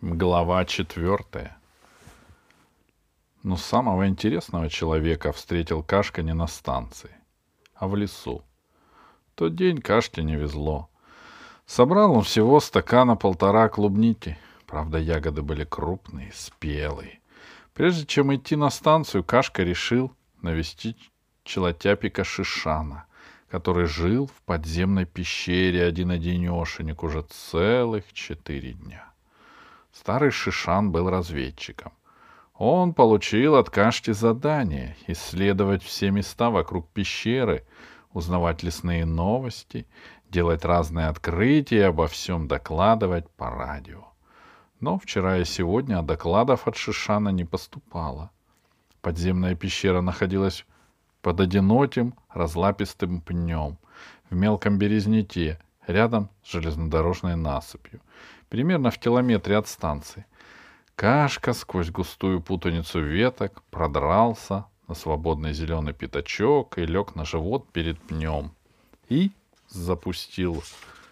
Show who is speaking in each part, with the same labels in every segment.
Speaker 1: Глава 4. Но самого интересного человека встретил Кашка не на станции, а в лесу. В тот день Кашке не везло. Собрал он всего стакана полтора клубники. Правда, ягоды были крупные, спелые. Прежде чем идти на станцию, Кашка решил навестить челотяпика Шишана, который жил в подземной пещере один-одинешенек уже целых 4 дня. Старый Шишан был разведчиком. Он получил от Кашки задание исследовать все места вокруг пещеры, узнавать лесные новости, делать разные открытия и обо всем докладывать по радио. Но вчера и сегодня докладов от Шишана не поступало. Подземная пещера находилась под одиноким разлапистым пнем в мелком березняке, рядом с железнодорожной насыпью, примерно в километре от станции. Кашка сквозь густую путаницу веток продрался на свободный зеленый пятачок и лег на живот перед пнем и запустил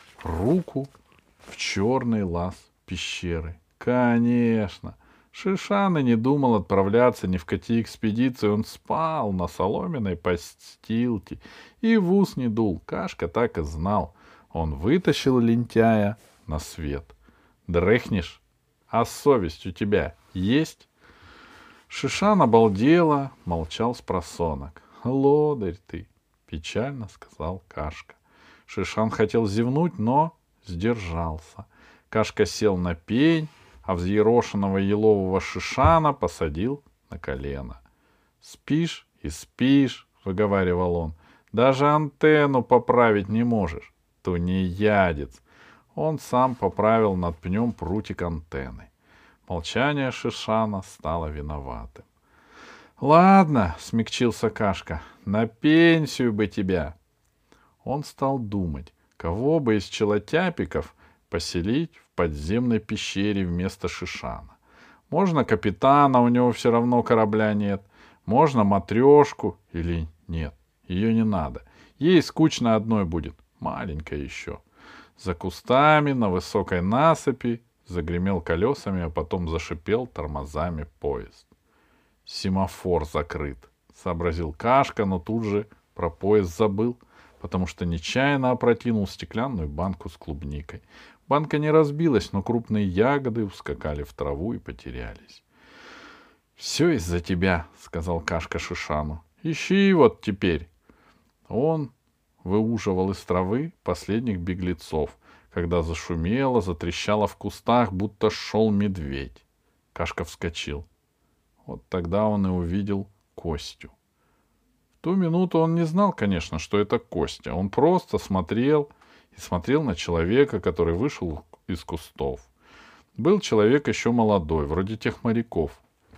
Speaker 1: руку в черный лаз пещеры. Конечно, Шишан и не думал отправляться ни в какие экспедиции. Он спал на соломенной подстилке и в ус не дул. Кашка так и знал. Он вытащил лентяя на свет. Дрыхнешь? А совесть у тебя есть? Шишан обалдело, молчал спросонок. Лодырь ты, печально сказал Кашка. Шишан хотел зевнуть, но сдержался. Кашка сел на пень, а взъерошенного елового Шишана посадил на колено. Спишь и спишь, выговаривал он. Даже антенну поправить не можешь. Тунеядец. Он сам поправил над пнем прутик антенны. Молчание Шишана стало виноватым. — Ладно, — смягчился Кашка, — на пенсию бы тебя. Он стал думать, кого бы из челотяпиков поселить в подземной пещере вместо Шишана. Можно капитана, у него все равно корабля нет. Можно матрешку или нет, ее не надо. Ей скучно одной будет, маленькая еще. За кустами на высокой насыпи загремел колесами, а потом зашипел тормозами поезд. «Семафор закрыт», — сообразил Кашка, но тут же про поезд забыл, потому что нечаянно опрокинул стеклянную банку с клубникой. Банка не разбилась, но крупные ягоды ускакали в траву и потерялись. «Все из-за тебя», — сказал Кашка Шишану. «Ищи вот теперь». Он выуживал из травы последних беглецов, когда зашумело, затрещало в кустах, будто шел медведь. Кашка вскочил. Вот тогда он и увидел Костю. В ту минуту он не знал, конечно, что это Костя. Он просто смотрел и смотрел на человека, который вышел из кустов. Был человек еще молодой, вроде тех моряков.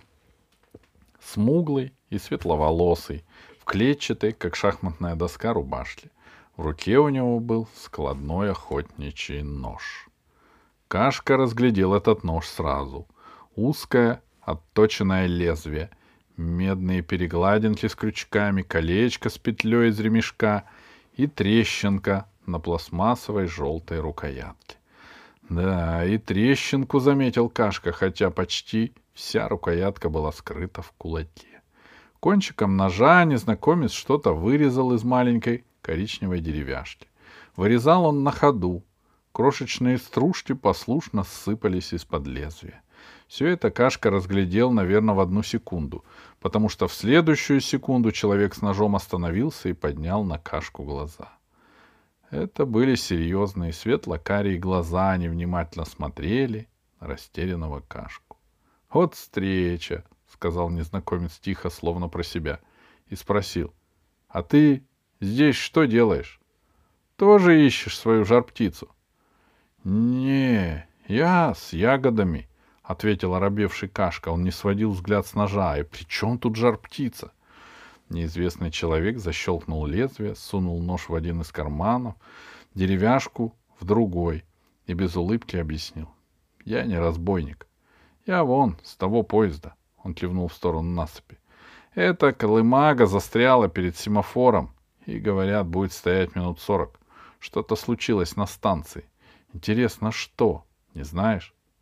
Speaker 1: Смуглый и светловолосый, в клетчатой, как шахматная доска, рубашке. В руке у него был складной охотничий нож. Кашка разглядел этот нож сразу. Узкое, отточенное лезвие, медные перегладинки с крючками, колечко с петлей из ремешка и трещинка на пластмассовой желтой рукоятке. Да, и трещинку заметил Кашка, хотя почти вся рукоятка была скрыта в кулаке. Кончиком ножа незнакомец что-то вырезал из маленькой коричневой деревяшки. Вырезал он на ходу. Крошечные стружки послушно ссыпались из-под лезвия. Все это Кашка разглядел, наверное, в 1 секунду, потому что в следующую секунду человек с ножом остановился и поднял на Кашку глаза. Это были серьезные светло-карие глаза, они внимательно смотрели на растерянного Кашку. — Вот встреча, — сказал незнакомец тихо, словно про себя, и спросил. — А ты здесь что делаешь? Тоже ищешь свою жар-птицу? — Не, я с ягодами, — ответил оробевший Кашка. Он не сводил взгляд с ножа. И при чем тут жар-птица? Неизвестный человек защелкнул лезвие, сунул нож в один из карманов, деревяшку в другой и без улыбки объяснил. — Я не разбойник. Я вон, с того поезда. Он кивнул в сторону насыпи. Эта колымага застряла перед семафором и, говорят, будет стоять минут 40. Что-то случилось на станции. Интересно, что? Не знаешь?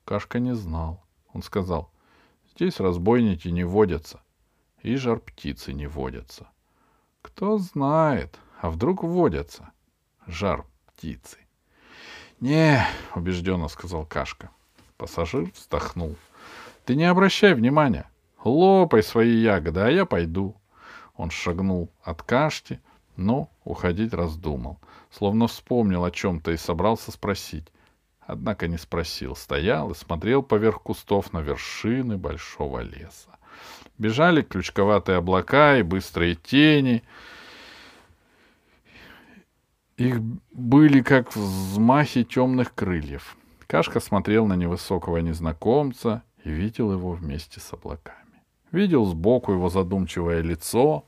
Speaker 1: Кашка не знал. Он сказал: здесь разбойники не водятся, и жар-птицы не водятся. Кто знает, а вдруг водятся жар-птицы. Не, убежденно сказал Кашка. Пассажир вздохнул. Ты не обращай внимания. Лопай свои ягоды, а я пойду. Он шагнул от Кашки, но уходить раздумал. Словно вспомнил о чем-то и собрался спросить. Однако не спросил. Стоял и смотрел поверх кустов на вершины большого леса. Бежали крючковатые облака и быстрые тени. Их были как взмахи темных крыльев. Кашка смотрел на невысокого незнакомца и видел его вместе с облаками. Видел сбоку его задумчивое лицо,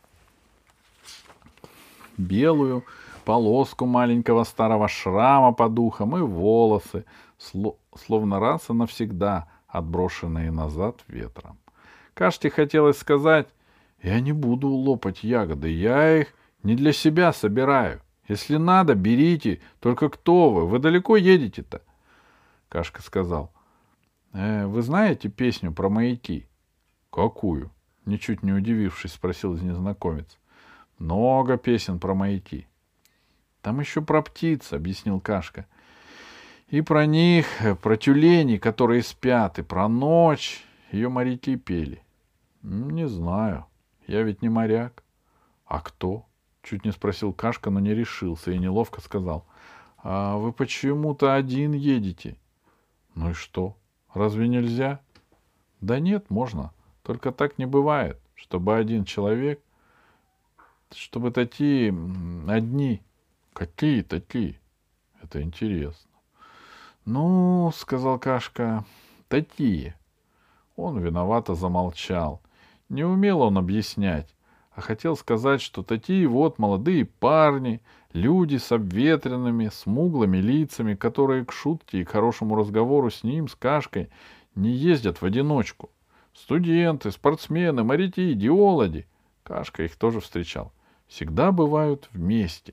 Speaker 1: белую полоску маленького старого шрама под ухом и волосы, словно раз и навсегда отброшенные назад ветром. Кашке хотелось сказать: я не буду лопать ягоды, я их не для себя собираю. Если надо, берите. Только кто вы? Вы далеко едете-то? Кашка сказал: вы знаете песню про маяки? Какую? Ничуть не удивившись, спросил незнакомец. Много песен про маяки. Там еще про птиц, объяснил Кашка. И про них, про тюленей, которые спят, и про ночь. Ее моряки пели. Не знаю. Я ведь не моряк. А кто? Чуть не спросил Кашка, но не решился и неловко сказал: а вы почему-то один едете? Ну и что? Разве нельзя? Да нет, можно. Только так не бывает, чтобы один человек, чтобы такие одни. Какие такие? Это интересно. Ну, сказал Кашка, такие. Он виновато замолчал. Не умел он объяснять, а хотел сказать, что такие вот молодые парни, люди с обветренными, смуглыми лицами, которые к шутке и к хорошему разговору с ним, с Кашкой, не ездят в одиночку. Студенты, спортсмены, моряки, геологи. Кашка их тоже встречал. Всегда бывают вместе.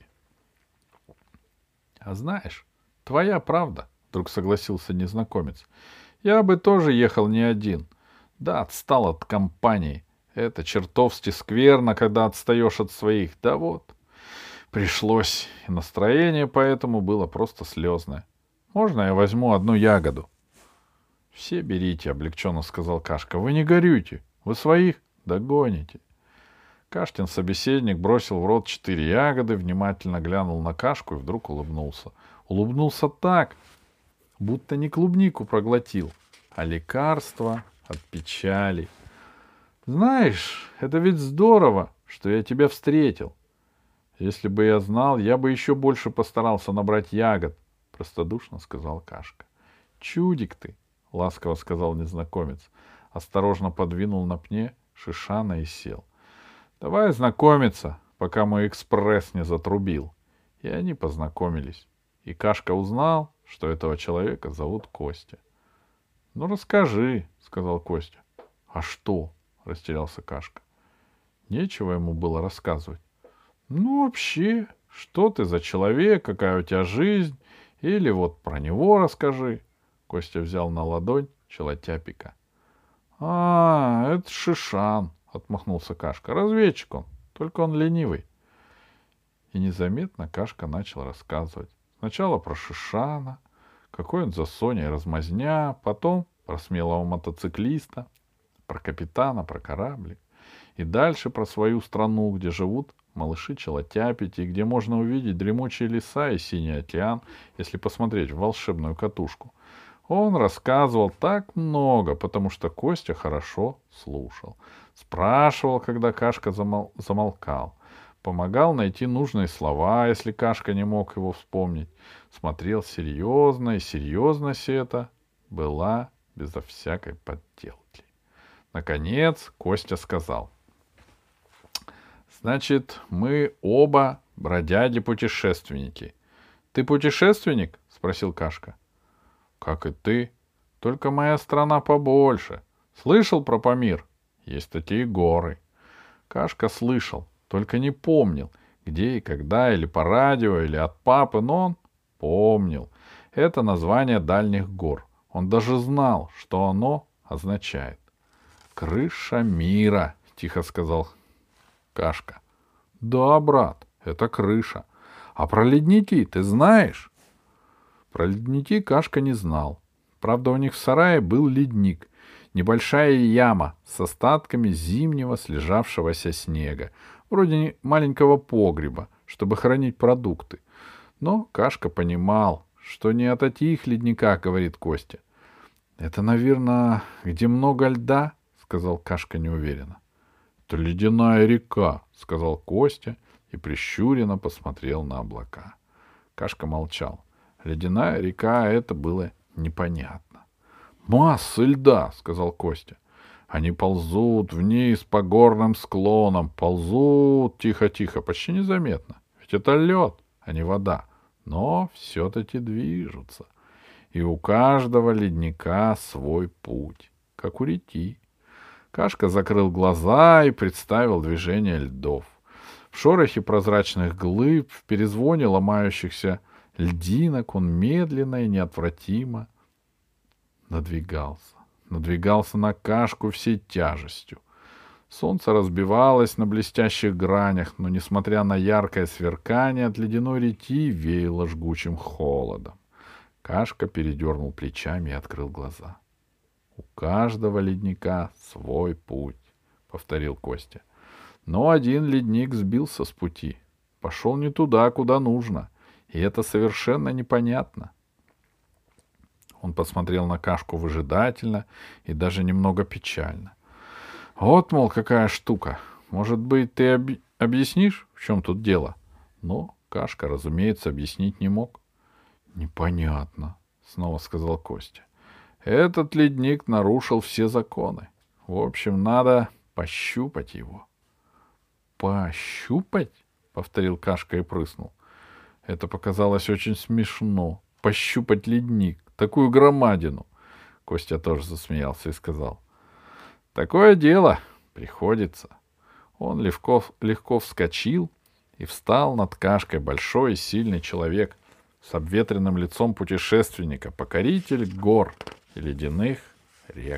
Speaker 1: А знаешь, твоя правда, вдруг согласился незнакомец. Я бы тоже ехал не один. Да, отстал от компании. Это чертовски скверно, когда отстаешь от своих. Да вот, пришлось. И настроение поэтому было просто слезное. Можно я возьму одну ягоду? Все берите, облегченно сказал Кашка. Вы не горюйте. Вы своих догоните. Кашкин собеседник бросил в рот 4 ягоды, внимательно глянул на Кашку и вдруг улыбнулся. Улыбнулся так, будто не клубнику проглотил, а лекарство от печали. Знаешь, это ведь здорово, что я тебя встретил. Если бы я знал, я бы еще больше постарался набрать ягод, простодушно сказал Кашка. Чудик ты, ласково сказал незнакомец, осторожно подвинул на пне Шишана и сел. Давай знакомиться, пока мой экспресс не затрубил. И они познакомились. И Кашка узнал, что этого человека зовут Костя. — Ну, расскажи, — сказал Костя. — А что? — растерялся Кашка. Нечего ему было рассказывать. — Ну, вообще, что ты за человек, какая у тебя жизнь, или вот про него расскажи. Костя взял на ладонь челотяпика. — А, это Шишан, — отмахнулся Кашка. — Разведчик он, только он ленивый. И незаметно Кашка начал рассказывать. Сначала про Шишана, какой он за Соней размазня, потом про смелого мотоциклиста, про капитана, про кораблик. И дальше про свою страну, где живут малыши-челотяпики, и где можно увидеть дремучие леса и синий океан, если посмотреть в волшебную катушку. Он рассказывал так много, потому что Костя хорошо слушал. Спрашивал, когда Кашка замолкал. Помогал найти нужные слова, если Кашка не мог его вспомнить. Смотрел серьезно, и серьезность эта была безо всякой подделки. Наконец Костя сказал. Значит, мы оба бродяги-путешественники. Ты путешественник? — спросил Кашка. Как и ты. Только моя страна побольше. Слышал про Памир? Есть такие горы. Кашка слышал, только не помнил, где и когда, или по радио, или от папы, но он помнил. Это название дальних гор. Он даже знал, что оно означает. «Крыша мира», — тихо сказал Кашка. «Да, брат, это крыша. А про ледники ты знаешь?» Про ледники Кашка не знал. Правда, у них в сарае был ледник, небольшая яма с остатками зимнего слежавшегося снега, вроде маленького погреба, чтобы хранить продукты. Но Кашка понимал, что не о таких ледниках говорит Костя. «Это, наверное, где много льда?» — сказал Кашка неуверенно. «Это ледяная река», — сказал Костя и прищуренно посмотрел на облака. Кашка молчал. Ледяная река — это было непонятно. «Масса льда», — сказал Костя. «Они ползут вниз по горным склонам, ползут тихо-тихо, почти незаметно. Ведь это лед, а не вода, но все-таки движутся. И у каждого ледника свой путь, как у реки». Кашка закрыл глаза и представил движение льдов. В шорохе прозрачных глыб, в перезвоне ломающихся льдинок он медленно и неотвратимо надвигался на Кашку всей тяжестью. Солнце разбивалось на блестящих гранях, но, несмотря на яркое сверкание, от ледяной реки веяло жгучим холодом. Кашка передернул плечами и открыл глаза. «У каждого ледника свой путь», — повторил Костя. Но один ледник сбился с пути, пошел не туда, куда нужно, и это совершенно непонятно. Он посмотрел на Кашку выжидательно и даже немного печально. «Вот, мол, какая штука. Может быть, ты объяснишь, в чем тут дело?» Но Кашка, разумеется, объяснить не мог. «Непонятно», — снова сказал Костя. «Этот ледник нарушил все законы. В общем, надо пощупать его». «Пощупать?» — повторил Кашка и прыснул. Это показалось очень смешно. Пощупать ледник, такую громадину. Костя тоже засмеялся и сказал: «Такое дело, приходится». Он легко вскочил и встал над Кашкой, большой и сильный человек с обветренным лицом путешественника, покоритель гор и ледяных рек.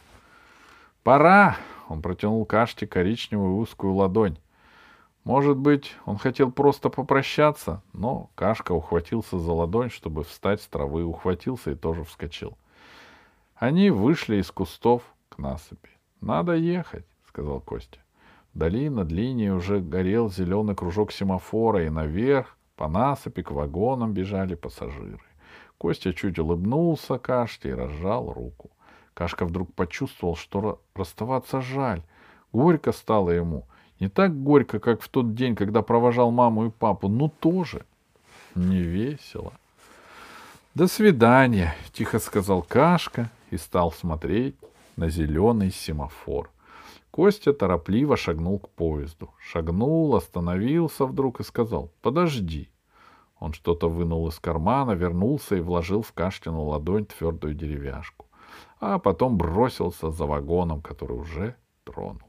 Speaker 1: «Пора!» — он протянул Кашке коричневую узкую ладонь. Может быть, он хотел просто попрощаться, но Кашка ухватился за ладонь, чтобы встать с травы, ухватился и тоже вскочил. Они вышли из кустов к насыпи. «Надо ехать», — сказал Костя. Вдали над линией уже горел зеленый кружок семафора, и наверх по насыпи к вагонам бежали пассажиры. Костя чуть улыбнулся Кашке и разжал руку. Кашка вдруг почувствовал, что расставаться жаль. Горько стало ему. Не так горько, как в тот день, когда провожал маму и папу, но тоже не весело. «До свидания», — тихо сказал Кашка и стал смотреть на зеленый семафор. Костя торопливо шагнул к поезду. Шагнул, остановился вдруг и сказал: «Подожди». Он что-то вынул из кармана, вернулся и вложил в Кашкину ладонь твердую деревяшку, а потом бросился за вагоном, который уже тронулся.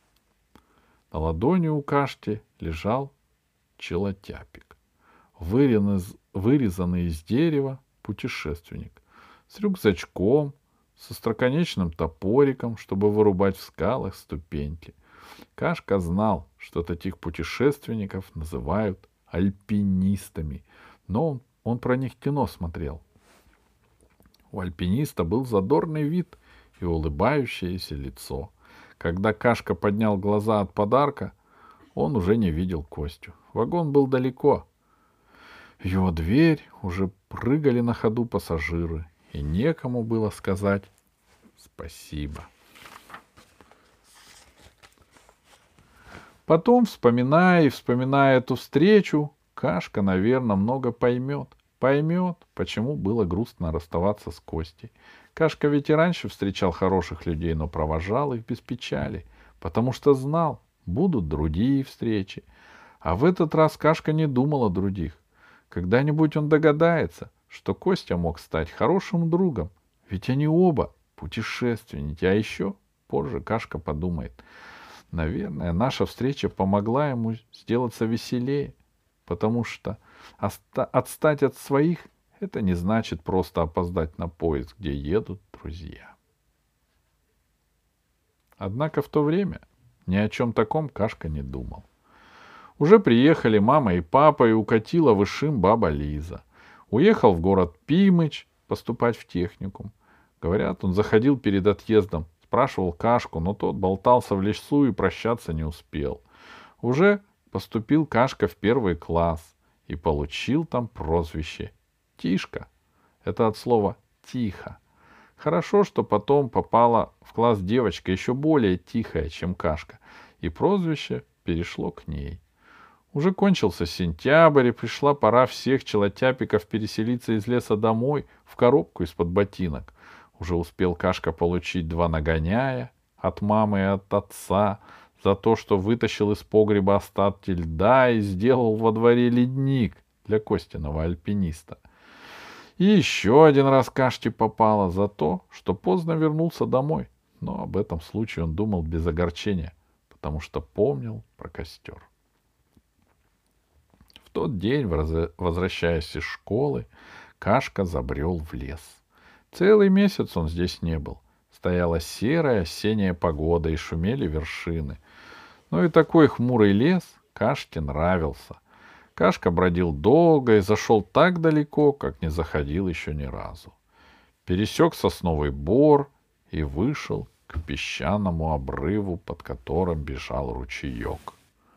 Speaker 1: На ладони у Кашки лежал челотяпик, вырезанный из дерева путешественник, с рюкзачком, со остроконечным топориком, чтобы вырубать в скалах ступеньки. Кашка знал, что таких путешественников называют альпинистами, но он про них кино смотрел. У альпиниста был задорный вид и улыбающееся лицо. Когда Кашка поднял глаза от подарка, он уже не видел Костю. Вагон был далеко. В его дверь уже прыгали на ходу пассажиры, и некому было сказать спасибо. Потом, вспоминая эту встречу, Кашка, наверное, много поймет. Поймет, почему было грустно расставаться с Костей. Кашка ведь и раньше встречал хороших людей, но провожал их без печали, потому что знал, будут другие встречи. А в этот раз Кашка не думал о других. Когда-нибудь он догадается, что Костя мог стать хорошим другом, ведь они оба путешественники. А еще позже Кашка подумает: наверное, наша встреча помогла ему сделаться веселее, потому что отстать от своих это не значит просто опоздать на поезд, где едут друзья. Однако в то время ни о чем таком Кашка не думал. Уже приехали мама и папа, и укатила в Ишим баба Лиза. Уехал в город Пимыч поступать в техникум. Говорят, он заходил перед отъездом, спрашивал Кашку, но тот болтался в лесу и прощаться не успел. Уже поступил Кашка в 1 класс и получил там прозвище Тишка. Это от слова «тихо». Хорошо, что потом попала в класс девочка еще более тихая, чем Кашка, и прозвище перешло к ней. Уже кончился сентябрь, и пришла пора всех челотяпиков переселиться из леса домой в коробку из-под ботинок. Уже успел Кашка получить 2 нагоняя от мамы и от отца за то, что вытащил из погреба остатки льда и сделал во дворе ледник для Костиного альпиниста. И еще 1 раз Кашке попало за то, что поздно вернулся домой. Но об этом случае он думал без огорчения, потому что помнил про костер. В тот день, возвращаясь из школы, Кашка забрел в лес. Целый месяц он здесь не был. Стояла серая осенняя погода и шумели вершины. Но и такой хмурый лес Кашке нравился. Кашка бродил долго и зашел так далеко, как не заходил еще ни разу. Пересек сосновый бор и вышел к песчаному обрыву, под которым бежал ручеек.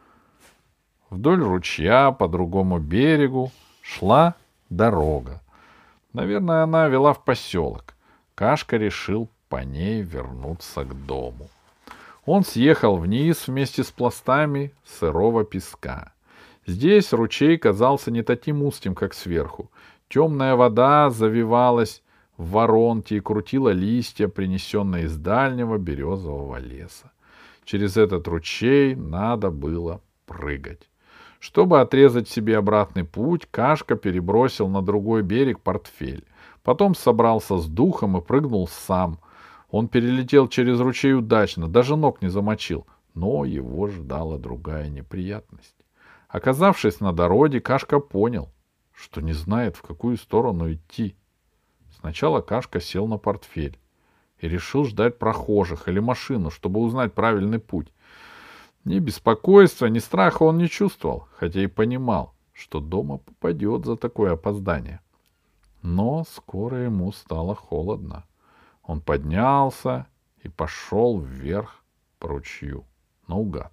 Speaker 1: Вдоль ручья по другому берегу шла дорога. Наверное, она вела в поселок. Кашка решил по ней вернуться к дому. Он съехал вниз вместе с пластами сырого песка. Здесь ручей казался не таким узким, как сверху. Темная вода завивалась в воронке и крутила листья, принесенные из дальнего березового леса. Через этот ручей надо было прыгать. Чтобы отрезать себе обратный путь, Кашка перебросил на другой берег портфель. Потом собрался с духом и прыгнул сам. Он перелетел через ручей удачно, даже ног не замочил. Но его ждала другая неприятность. Оказавшись на дороге, Кашка понял, что не знает, в какую сторону идти. Сначала Кашка сел на портфель и решил ждать прохожих или машину, чтобы узнать правильный путь. Ни беспокойства, ни страха он не чувствовал, хотя и понимал, что дома попадет за такое опоздание. Но скоро ему стало холодно. Он поднялся и пошел вверх по ручью, наугад.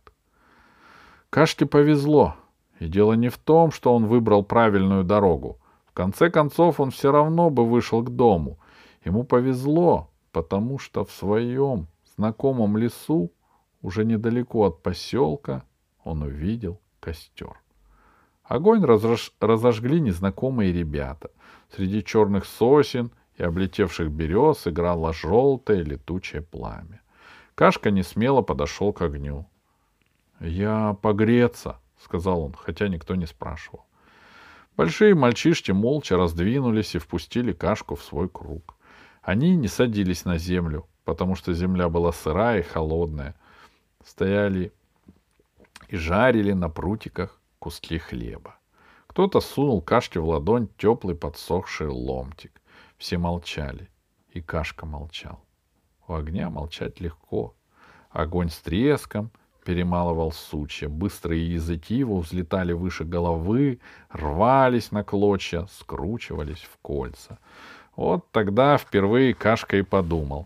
Speaker 1: Кашке повезло, и дело не в том, что он выбрал правильную дорогу. В конце концов, он все равно бы вышел к дому. Ему повезло, потому что в своем знакомом лесу уже недалеко от поселка он увидел костер. Огонь разожгли незнакомые ребята. Среди черных сосен и облетевших берез играло желтое летучее пламя. Кашка несмело подошел к огню. — Я погреться, — сказал он, хотя никто не спрашивал. Большие мальчишки молча раздвинулись и впустили Кашку в свой круг. Они не садились на землю, потому что земля была сырая и холодная. Стояли и жарили на прутиках куски хлеба. Кто-то сунул Кашке в ладонь теплый подсохший ломтик. Все молчали, и Кашка молчал. У огня молчать легко. Огонь с треском перемалывал сучья. Быстрые языки его взлетали выше головы, рвались на клочья, скручивались в кольца. Вот тогда впервые Кашка и подумал.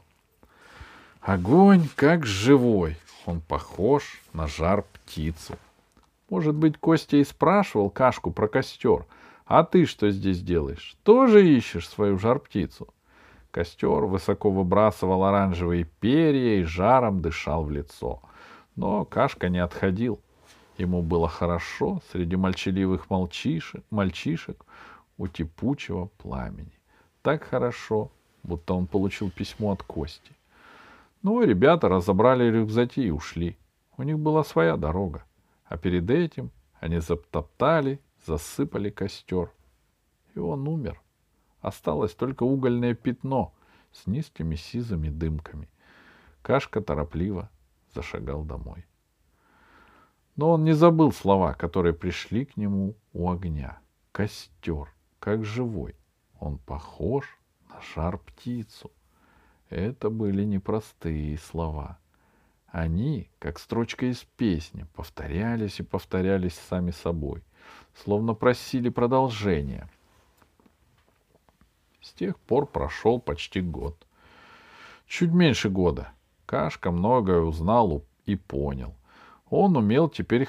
Speaker 1: Огонь как живой. Он похож на жар-птицу. Может быть, Костя и спрашивал Кашку про костер. А ты что здесь делаешь? Тоже ищешь свою жар-птицу? Костер высоко выбрасывал оранжевые перья и жаром дышал в лицо. Но Кашка не отходил. Ему было хорошо среди молчаливых мальчишек у кипучего пламени. Так хорошо, будто он получил письмо от Кости. Ну, ребята разобрали рюкзаки и ушли. У них была своя дорога. А перед этим они затоптали, засыпали костер. И он умер. Осталось только угольное пятно с низкими сизыми дымками. Кашка торопливо зашагал домой. Но он не забыл слова, которые пришли к нему у огня. Костер, как живой. Он похож на жар-птицу. Это были непростые слова. Они, как строчка из песни, повторялись и повторялись сами собой, словно просили продолжения. С тех пор прошел почти год. Чуть меньше года. Кашка многое узнал и понял. Он умел теперь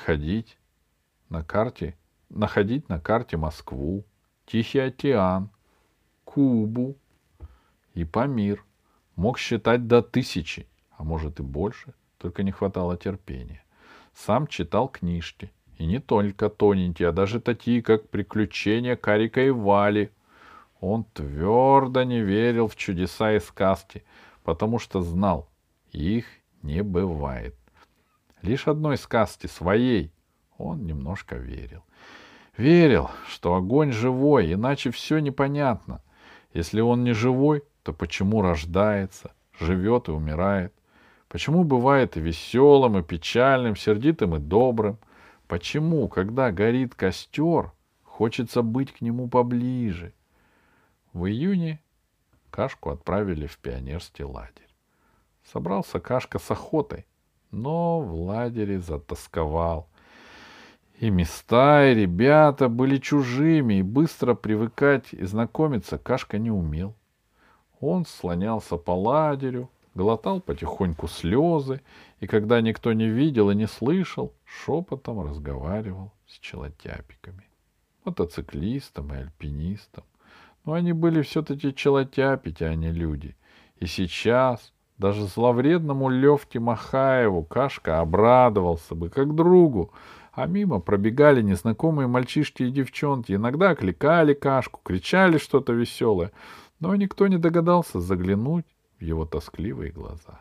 Speaker 1: находить на карте Москву, Тихий океан, Кубу и Памир. Мог считать до 1000, а может и больше, только не хватало терпения. Сам читал книжки, и не только тоненькие, а даже такие, как «Приключения Карика и Вали». Он твердо не верил в чудеса и сказки, потому что знал, их не бывает. Лишь одной сказки, своей, он немножко верил. Верил, что огонь живой, иначе все непонятно. Если он не живой, то почему рождается, живет и умирает? Почему бывает и веселым, и печальным, сердитым и добрым? Почему, когда горит костер, хочется быть к нему поближе? В июне Кашку отправили в пионерский лагерь. Собрался Кашка с охотой, но в лагере затосковал. И места, и ребята были чужими, и быстро привыкать и знакомиться Кашка не умел. Он слонялся по лагерю, глотал потихоньку слезы, и когда никто не видел и не слышал, шепотом разговаривал с челотяпиками, мотоциклистом и альпинистом. Но они были все-таки челотяпики, а не люди. И сейчас даже зловредному Левке Махаеву Кашка обрадовался бы, как другу, а мимо пробегали незнакомые мальчишки и девчонки, иногда окликали Кашку, кричали что-то веселое, но никто не догадался заглянуть в его тоскливые глаза.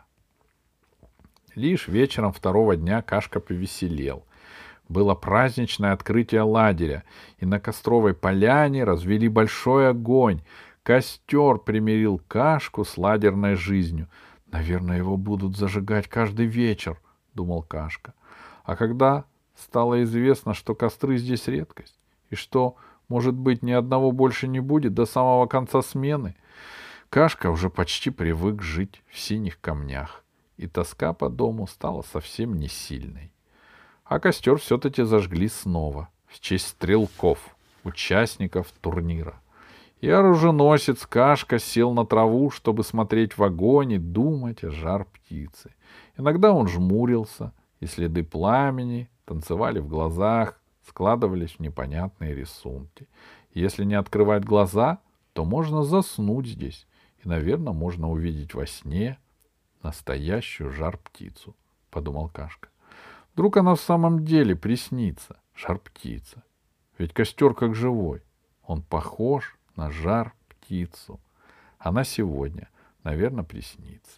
Speaker 1: Лишь вечером второго дня Кашка повеселел. Было праздничное открытие лагеря, и на костровой поляне развели большой огонь. Костер примирил Кашку с лагерной жизнью. «Наверное, его будут зажигать каждый вечер», — думал Кашка. А когда стало известно, что костры здесь редкость, и что, может быть, ни одного больше не будет до самого конца смены, Кашка уже почти привык жить в синих камнях, и тоска по дому стала совсем не сильной. А костер все-таки зажгли снова, в честь стрелков, участников турнира. И оруженосец Кашка сел на траву, чтобы смотреть в огонь и думать о жар-птице. Иногда он жмурился, и следы пламени танцевали в глазах, складывались в непонятные рисунки. Если не открывать глаза, то можно заснуть здесь, и, наверное, можно увидеть во сне настоящую жар-птицу, — подумал Кашка. Вдруг она в самом деле приснится, жар-птица. Ведь костер как живой. Он похож на жар-птицу. Она сегодня, наверное, приснится.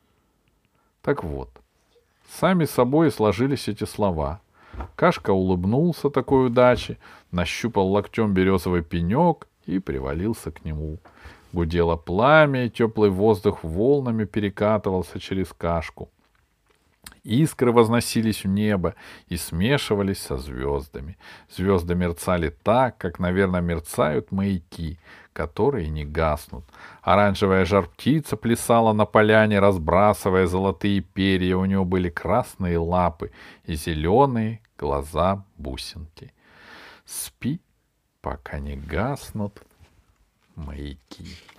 Speaker 1: Так вот, сами собой сложились эти слова. Кашка улыбнулся такой удаче, нащупал локтем березовый пенек и привалился к нему. Гудело пламя, и теплый воздух волнами перекатывался через Кашку. Искры возносились в небо и смешивались со звездами. Звезды мерцали так, как, наверное, мерцают маяки, которые не гаснут. Оранжевая жар-птица плясала на поляне, разбрасывая золотые перья. У нее были красные лапы и зеленые глаза-бусинки. Спи, пока не гаснут маяки.